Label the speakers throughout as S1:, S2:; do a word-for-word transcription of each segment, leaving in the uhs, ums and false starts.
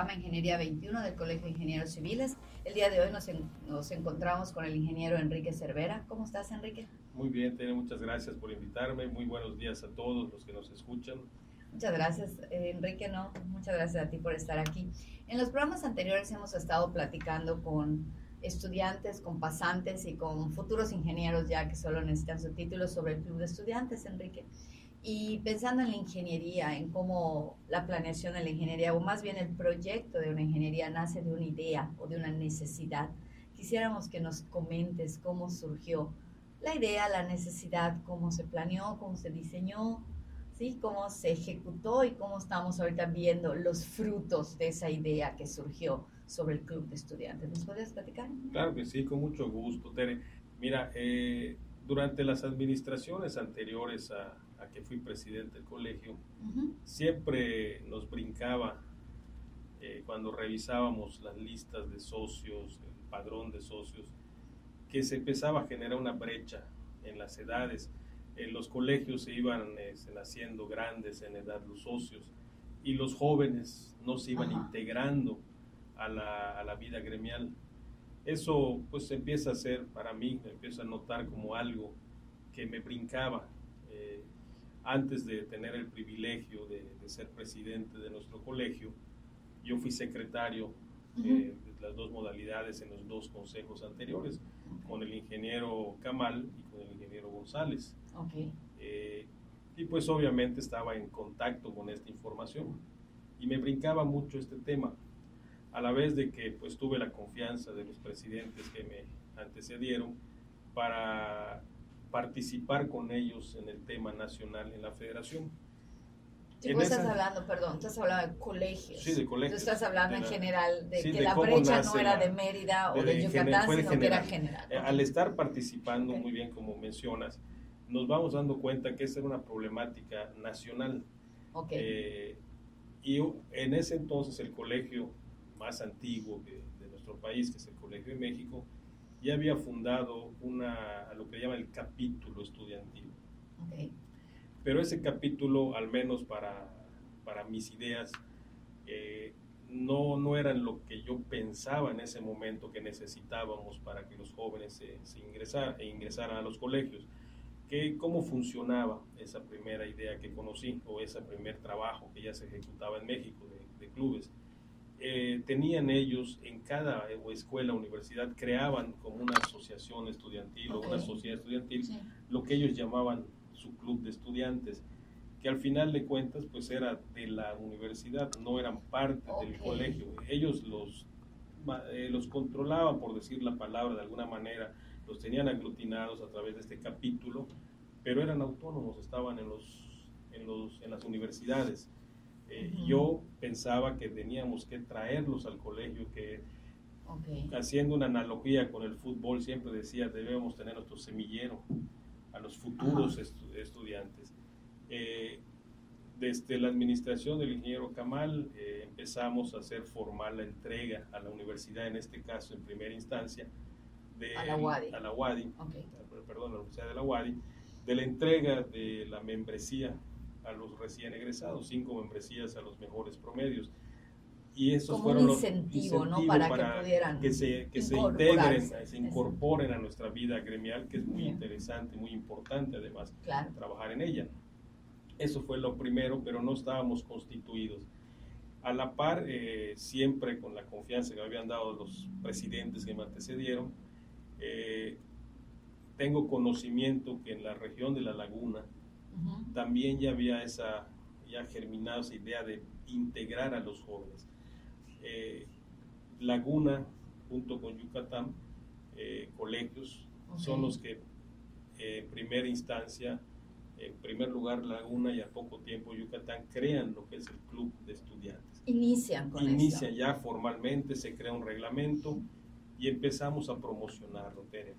S1: programa Ingeniería veintiuno del Colegio de Ingenieros Civiles. El día de hoy nos, en, nos encontramos con el ingeniero Enrique Cervera. ¿Cómo estás, Enrique?
S2: Muy bien, Tere, muchas gracias por invitarme. Muy buenos días a todos los que nos escuchan.
S1: Muchas gracias, eh, Enrique, no, muchas gracias a ti por estar aquí. En los programas anteriores hemos estado platicando con estudiantes, con pasantes y con futuros ingenieros ya que solo necesitan su título sobre el Club de Estudiantes, Enrique. Y pensando en la ingeniería, en cómo la planeación de la ingeniería, o más bien el proyecto de una ingeniería nace de una idea o de una necesidad, quisiéramos que nos comentes cómo surgió la idea, la necesidad, cómo se planeó, cómo se diseñó, ¿sí? Cómo se ejecutó y cómo estamos ahorita viendo los frutos de esa idea que surgió sobre el Club de Estudiantes. ¿Nos podrías platicar?
S2: Claro que sí, con mucho gusto, Tere. Mira, eh, durante las administraciones anteriores a, a que fui presidente del colegio, uh-huh. siempre nos brincaba eh, cuando revisábamos las listas de socios, el padrón de socios, que se empezaba a generar una brecha en las edades. Eh, los colegios se iban eh, haciendo grandes en edad, los socios, y los jóvenes no se iban uh-huh. integrando a la, a la vida gremial. Eso pues empieza a ser, para mí, me empiezo a notar como algo que me brincaba. Eh, antes de tener el privilegio de, de ser presidente de nuestro colegio, yo fui secretario uh-huh. eh, de las dos modalidades en los dos consejos anteriores, okay. con el ingeniero Kamal y con el ingeniero González.
S1: Okay.
S2: Eh, y pues obviamente estaba en contacto con esta información y me brincaba mucho este tema, a la vez de que pues tuve la confianza de los presidentes que me antecedieron para participar con ellos en el tema nacional en la federación.
S1: Sí, pues estás hablando, perdón, estás hablando de colegios.
S2: Sí, de colegios.
S1: Tú estás hablando
S2: de la,
S1: en general de
S2: sí,
S1: que
S2: de
S1: la brecha no era
S2: la,
S1: de Mérida o
S2: de,
S1: de Yucatán,
S2: de
S1: sino
S2: general.
S1: que era general.
S2: Eh, al estar participando, okay. muy bien como mencionas, nos vamos dando cuenta que esa era una problemática nacional.
S1: Okay.
S2: Eh, y en ese entonces el colegio más antiguo que, de nuestro país, que es el Colegio de México, ya había fundado una, lo que llama el capítulo estudiantil.
S1: Okay.
S2: Pero ese capítulo, al menos para, para mis ideas, eh, no, no eran lo que yo pensaba en ese momento que necesitábamos para que los jóvenes se, se ingresar, ingresaran a los colegios. Que, ¿Cómo funcionaba esa primera idea que conocí, o ese primer trabajo que ya se ejecutaba en México de, de clubes? Eh, tenían ellos en cada escuela, universidad, creaban como una asociación estudiantil okay. o una sociedad estudiantil, sí. lo que ellos llamaban su club de estudiantes, que al final de cuentas pues era de la universidad, no eran parte okay. del colegio. Ellos los, eh, los controlaban, por decir la palabra de alguna manera, los tenían aglutinados a través de este capítulo, pero eran autónomos, estaban en, los, en, los, en las universidades. Eh, uh-huh. Yo pensaba que teníamos que traerlos al colegio, que okay. haciendo una analogía con el fútbol, siempre decía, debemos tener nuestro semillero a los futuros uh-huh. estu- estudiantes. Eh, desde la administración del ingeniero Kamal eh, empezamos a hacer formal la entrega a la universidad, en este caso en primera instancia, de,
S1: a la UADY,
S2: a la UADY
S1: okay.
S2: perdón, a la Universidad de la UADY, de la entrega de la membresía a los recién egresados, cinco membresías a los mejores promedios. Y esos
S1: como
S2: fueron
S1: un
S2: los
S1: incentivo,
S2: incentivos,
S1: ¿no? Para,
S2: para
S1: que pudieran
S2: que se, que se integren, se incorporen a nuestra vida gremial, que es muy Bien. interesante, muy importante además,
S1: claro.
S2: trabajar en ella. Eso fue lo primero, pero no estábamos constituidos. A la par, eh, siempre con la confianza que me habían dado los presidentes que me antecedieron, eh, tengo conocimiento que en la región de La Laguna uh-huh. también ya había esa, ya germinado esa idea de integrar a los jóvenes. Eh, Laguna, junto con Yucatán, eh, colegios, okay. son los que eh, en primera instancia, en primer lugar Laguna y a poco tiempo Yucatán, crean lo que es el club de estudiantes.
S1: Inician con
S2: Inician
S1: eso.
S2: ya formalmente, se crea un reglamento y empezamos a promocionarlo, Tere.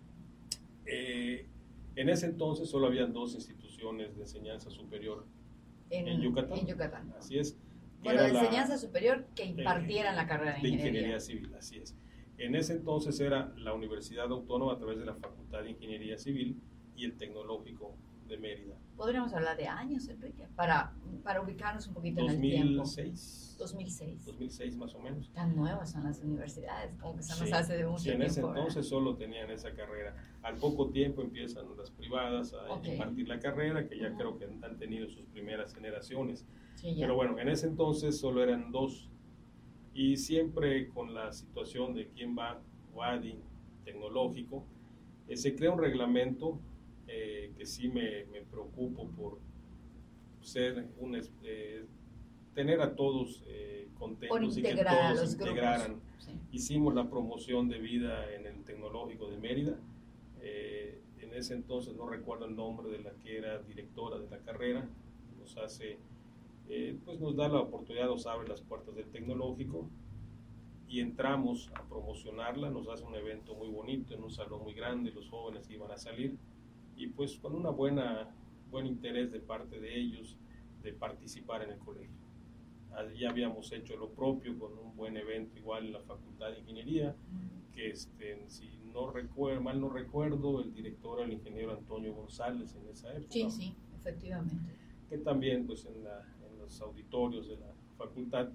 S2: Eh, en ese entonces solo habían dos instituciones de enseñanza superior en, en Yucatán.
S1: En Yucatán.
S2: Así es.
S1: Bueno, de enseñanza la, superior que impartieran eh, la carrera de ingeniería.
S2: De ingeniería civil, así es. En ese entonces era la Universidad Autónoma a través de la Facultad de Ingeniería Civil y el Tecnológico de Mérida.
S1: Podríamos hablar de años, Enrique, para, para ubicarnos un poquito en el tiempo. dos mil seis. dos mil seis.
S2: dos mil seis más o menos.
S1: Tan nuevas son las universidades, como que se nos
S2: sí,
S1: hace de mucho
S2: sí, en
S1: tiempo.
S2: ese entonces
S1: ¿verdad?
S2: Solo tenían esa carrera. Al poco tiempo empiezan las privadas a okay. impartir la carrera, que ya uh-huh. creo que han tenido sus primeras generaciones.
S1: Sí,
S2: Pero bueno, en ese entonces solo eran dos. Y siempre con la situación de quién va, Wadi, tecnológico, eh, se crea un reglamento eh, que sí me, me preocupo por ser un... Eh, tener a todos eh, contentos y que todos se integraran. Sí. Hicimos la promoción de vida en el Tecnológico de Mérida. Eh, en ese entonces no recuerdo el nombre de la que era directora de la carrera. Nos hace, eh, pues nos da la oportunidad, nos abre las puertas del Tecnológico y entramos a promocionarla. Nos hace un evento muy bonito en un salón muy grande. Los jóvenes iban a salir y pues con una buena buen interés de parte de ellos de participar en el colegio. Ya habíamos hecho lo propio con un buen evento igual en la Facultad de Ingeniería, que este, si no recuerdo, mal no recuerdo, el director era el ingeniero Antonio González en esa época.
S1: Sí, sí, efectivamente.
S2: Que también pues en, la, en los auditorios de la facultad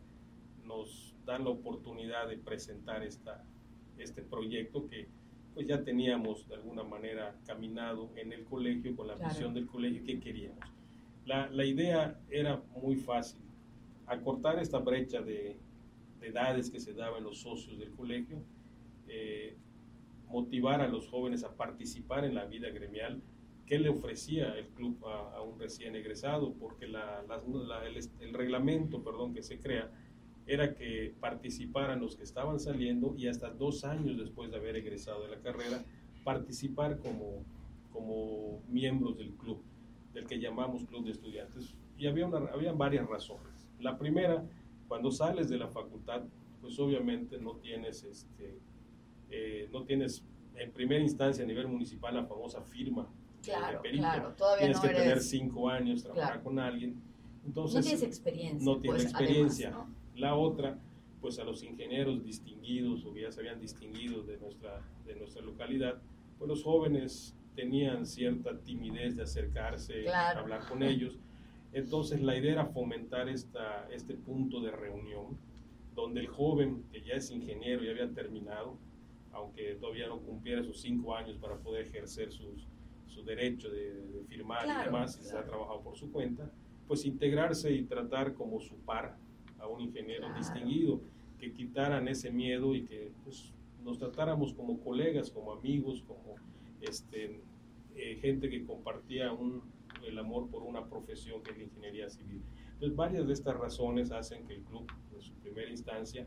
S2: nos dan la oportunidad de presentar esta, este proyecto que pues ya teníamos de alguna manera caminado en el colegio con la claro. visión del colegio que queríamos. La, la idea era muy fácil. Acortar esta brecha de, de edades que se daba en los socios del colegio, eh, motivar a los jóvenes a participar en la vida gremial que le ofrecía el club a, a un recién egresado, porque la, la, la, el, el reglamento perdón, que se crea era que participaran los que estaban saliendo y hasta dos años después de haber egresado de la carrera, participar como, como miembros del club, del que llamamos Club de Estudiantes. Y había, una, había varias razones. La primera, cuando sales de la facultad, pues obviamente no tienes, este, eh, no tienes en primera instancia a nivel municipal la famosa firma
S1: claro,
S2: de perito.
S1: Claro, todavía
S2: tienes
S1: no
S2: que
S1: eres...
S2: tener cinco años, trabajar
S1: claro.
S2: con alguien. Entonces,
S1: no tienes experiencia.
S2: No tienes
S1: pues,
S2: experiencia.
S1: Además, ¿no?
S2: La otra, pues a los ingenieros distinguidos o que ya se habían distinguido de nuestra, de nuestra localidad, pues los jóvenes tenían cierta timidez de acercarse,
S1: claro.
S2: a hablar con ellos. Entonces la idea era fomentar esta, este punto de reunión, donde el joven que ya es ingeniero, ya había terminado, aunque todavía no cumpliera sus cinco años para poder ejercer sus, su derecho de, de firmar claro, y demás, claro. y se ha trabajado por su cuenta, pues integrarse y tratar como su par a un ingeniero claro. distinguido, que quitaran ese miedo y que pues, nos tratáramos como colegas, como amigos, como este, eh, gente que compartía un el amor por una profesión que es la ingeniería civil. Entonces, varias de estas razones hacen que el club, en su primera instancia,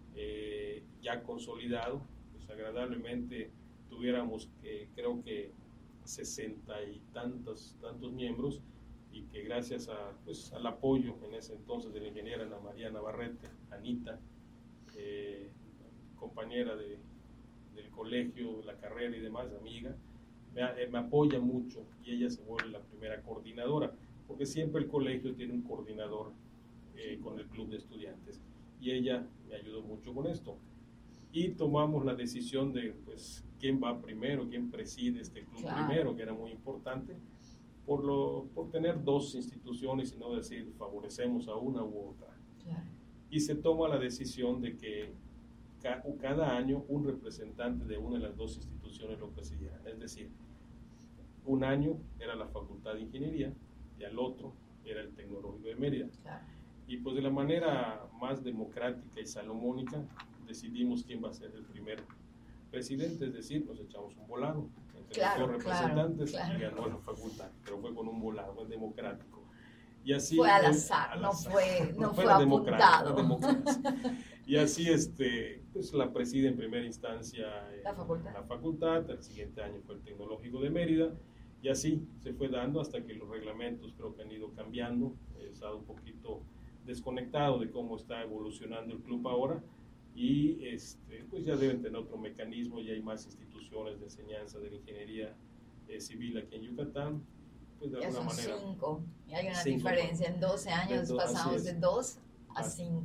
S2: eh, ya consolidado, pues agradablemente tuviéramos, eh, creo que, sesenta y tantos, tantos miembros, y que gracias a, pues, al apoyo en ese entonces de la ingeniera Ana María Navarrete, Anita, eh, compañera de, del colegio, la carrera y demás, amiga, Me, me apoya mucho y ella se vuelve la primera coordinadora, porque siempre el colegio tiene un coordinador eh, con el club de estudiantes y ella me ayudó mucho con esto. Y tomamos la decisión de pues quién va primero, quién preside este club claro. primero, que era muy importante, por, lo, por tener dos instituciones y no decir favorecemos a una u otra.
S1: Claro.
S2: Y se toma la decisión de que cada año un representante de una de las dos instituciones lo presidieran, es decir, un año era la Facultad de Ingeniería y al otro era el Tecnológico de Mérida.
S1: Claro.
S2: Y pues de la manera más democrática y salomónica decidimos quién va a ser el primer presidente, es decir, nos echamos un volado entre
S1: claro,
S2: los dos representantes
S1: claro, claro.
S2: y ganó la facultad, pero fue con un volado, fue democrático. Y así,
S1: fue al azar,
S2: al
S1: no
S2: azar.
S1: fue, no
S2: fue,
S1: fue apuntado.
S2: Y así este, pues la preside en primera instancia eh,
S1: la, facultad.
S2: la facultad, el siguiente año fue el Tecnológico de Mérida, y así se fue dando hasta que los reglamentos creo que han ido cambiando. He estado un poquito desconectado de cómo está evolucionando el club ahora, y este, pues ya deben tener otro mecanismo, ya hay más instituciones de enseñanza de la ingeniería eh, civil aquí en Yucatán. Pues de
S1: ya
S2: alguna
S1: son
S2: manera,
S1: cinco, y hay una
S2: cinco,
S1: diferencia, en doce años
S2: do,
S1: pasamos de dos a
S2: así,
S1: cinco.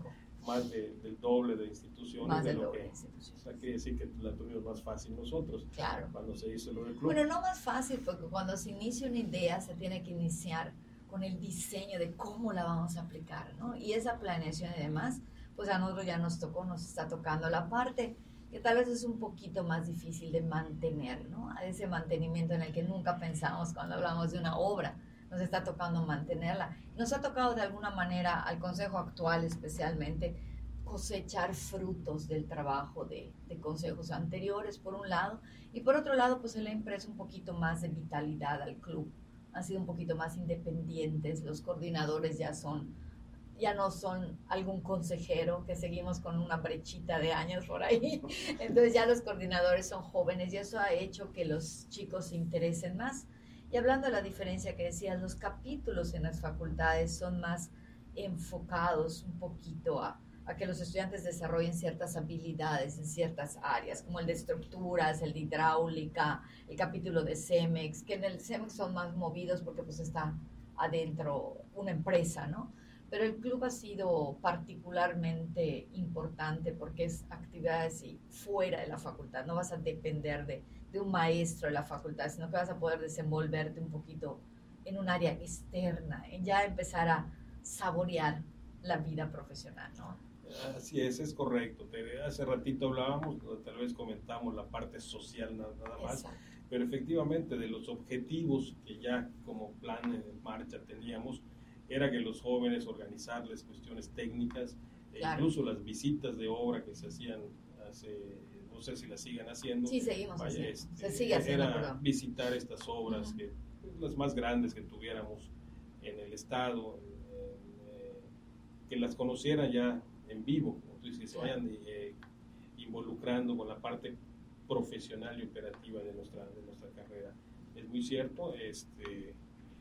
S2: más de, del doble de instituciones.
S1: Más
S2: de
S1: del
S2: lo
S1: doble
S2: que,
S1: de instituciones.
S2: O sea, quiere decir que la tuvimos más fácil nosotros.
S1: Claro.
S2: Cuando se hizo lo del club.
S1: Bueno, no más fácil, porque cuando se inicia una idea se tiene que iniciar con el diseño de cómo la vamos a aplicar, ¿no? Y esa planeación y demás, pues a nosotros ya nos tocó, nos está tocando la parte que tal vez es un poquito más difícil de mantener, ¿no? A ese mantenimiento en el que nunca pensamos cuando hablamos de una obra, nos está tocando mantenerla. Nos ha tocado de alguna manera al Consejo actual especialmente cosechar frutos del trabajo de, de consejos anteriores, por un lado, y por otro lado, pues se le ha impreso un poquito más de vitalidad al club. Han sido un poquito más independientes, los coordinadores ya son, ya no son algún consejero, que seguimos con una brechita de años por ahí, entonces ya los coordinadores son jóvenes y eso ha hecho que los chicos se interesen más. Y hablando de la diferencia que decías, los capítulos en las facultades son más enfocados un poquito a, a que los estudiantes desarrollen ciertas habilidades en ciertas áreas, como el de estructuras, el de hidráulica, el capítulo de CEMEX, que en el CEMEX son más movidos porque pues está adentro una empresa, ¿no? Pero el club ha sido particularmente importante porque es actividades y fuera de la facultad, no vas a depender de, de un maestro de la facultad, sino que vas a poder desenvolverte un poquito en un área externa, en ya empezar a saborear la vida profesional, ¿no?
S2: Así es, es correcto. Hace ratito hablábamos, tal vez comentamos la parte social nada más, exacto, pero efectivamente de los objetivos que ya como plan en marcha teníamos, era que los jóvenes organizarles cuestiones técnicas, claro, e incluso las visitas de obra que se hacían hace, no sé si las sigan haciendo.
S1: Sí, seguimos
S2: vaya,
S1: haciendo.
S2: Este,
S1: se sigue haciendo,
S2: era
S1: perdón.
S2: visitar estas obras, uh-huh, que las más grandes que tuviéramos en el estado, eh, que las conocieran ya en vivo, como tú dices, que se vayan eh, involucrando con la parte profesional y operativa de nuestra, de nuestra carrera. Es muy cierto, este,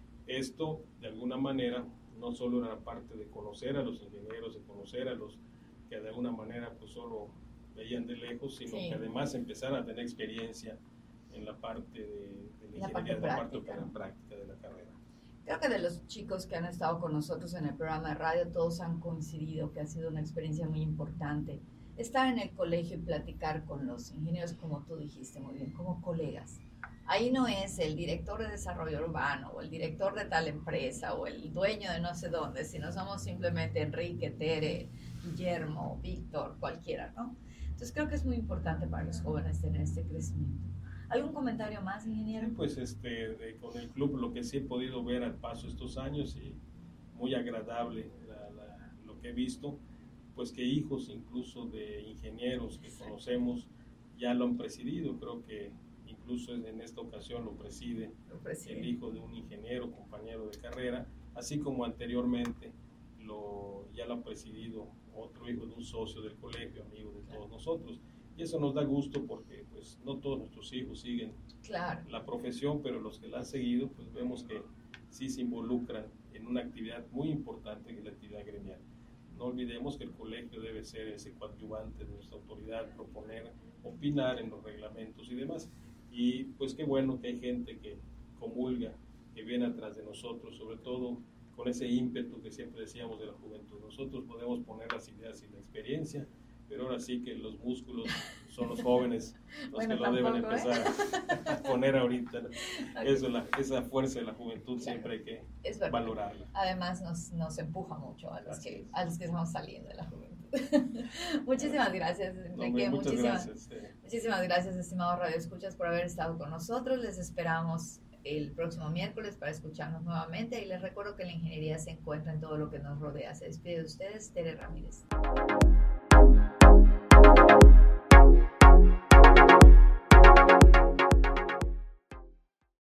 S2: esto de alguna manera no solo era la parte de conocer a los ingenieros, de conocer a los que de alguna manera pues solo veían de lejos, sino sí, que además empezar a tener experiencia en la parte de, de la, la ingeniería, de la parte práctica de la carrera.
S1: Creo que de los chicos que han estado con nosotros en el programa de radio, todos han coincidido que ha sido una experiencia muy importante estar en el colegio y platicar con los ingenieros, como tú dijiste muy bien, como colegas. Ahí no es el director de desarrollo urbano o el director de tal empresa o el dueño de no sé dónde, sino somos simplemente Enrique, Tere, Guillermo, Víctor, cualquiera, ¿no? Entonces creo que es muy importante para los jóvenes tener este crecimiento. ¿Algún comentario más, ingeniero?
S2: Sí, pues este, de, con el club lo que sí he podido ver al paso estos años y muy agradable la, la, lo que he visto, pues que hijos incluso de ingenieros que conocemos ya lo han presidido. Creo que incluso en esta ocasión lo preside, lo preside el hijo de un ingeniero, compañero de carrera, así como anteriormente lo, ya lo ha presidido otro hijo de un socio del colegio, amigo de todos nosotros. Y eso nos da gusto porque pues no todos nuestros hijos siguen
S1: claro.
S2: la profesión, pero los que la han seguido, pues vemos que sí se involucran en una actividad muy importante que es la actividad gremial. No olvidemos que el colegio debe ser ese coadyuvante de nuestra autoridad, proponer, opinar en los reglamentos y demás. Y pues qué bueno que hay gente que comulga, que viene atrás de nosotros, sobre todo con ese ímpetu que siempre decíamos de la juventud. Nosotros podemos poner las ideas y la experiencia, pero ahora sí que los músculos son los jóvenes los bueno, que lo deben empezar ¿eh? a poner ahorita. Okay. Eso, la, esa fuerza de la juventud claro. siempre hay que es valorarla.
S1: Además nos, nos empuja mucho a los, que, a los que estamos saliendo de la juventud. Muchísimas gracias, Enrique.
S2: No, muchas
S1: muchísimas,
S2: gracias. Eh.
S1: Muchísimas gracias, estimados radioescuchas, por haber estado con nosotros. Les esperamos el próximo miércoles para escucharnos nuevamente y les recuerdo que la ingeniería se encuentra en todo lo que nos rodea. Se despide de ustedes, Tere Ramírez.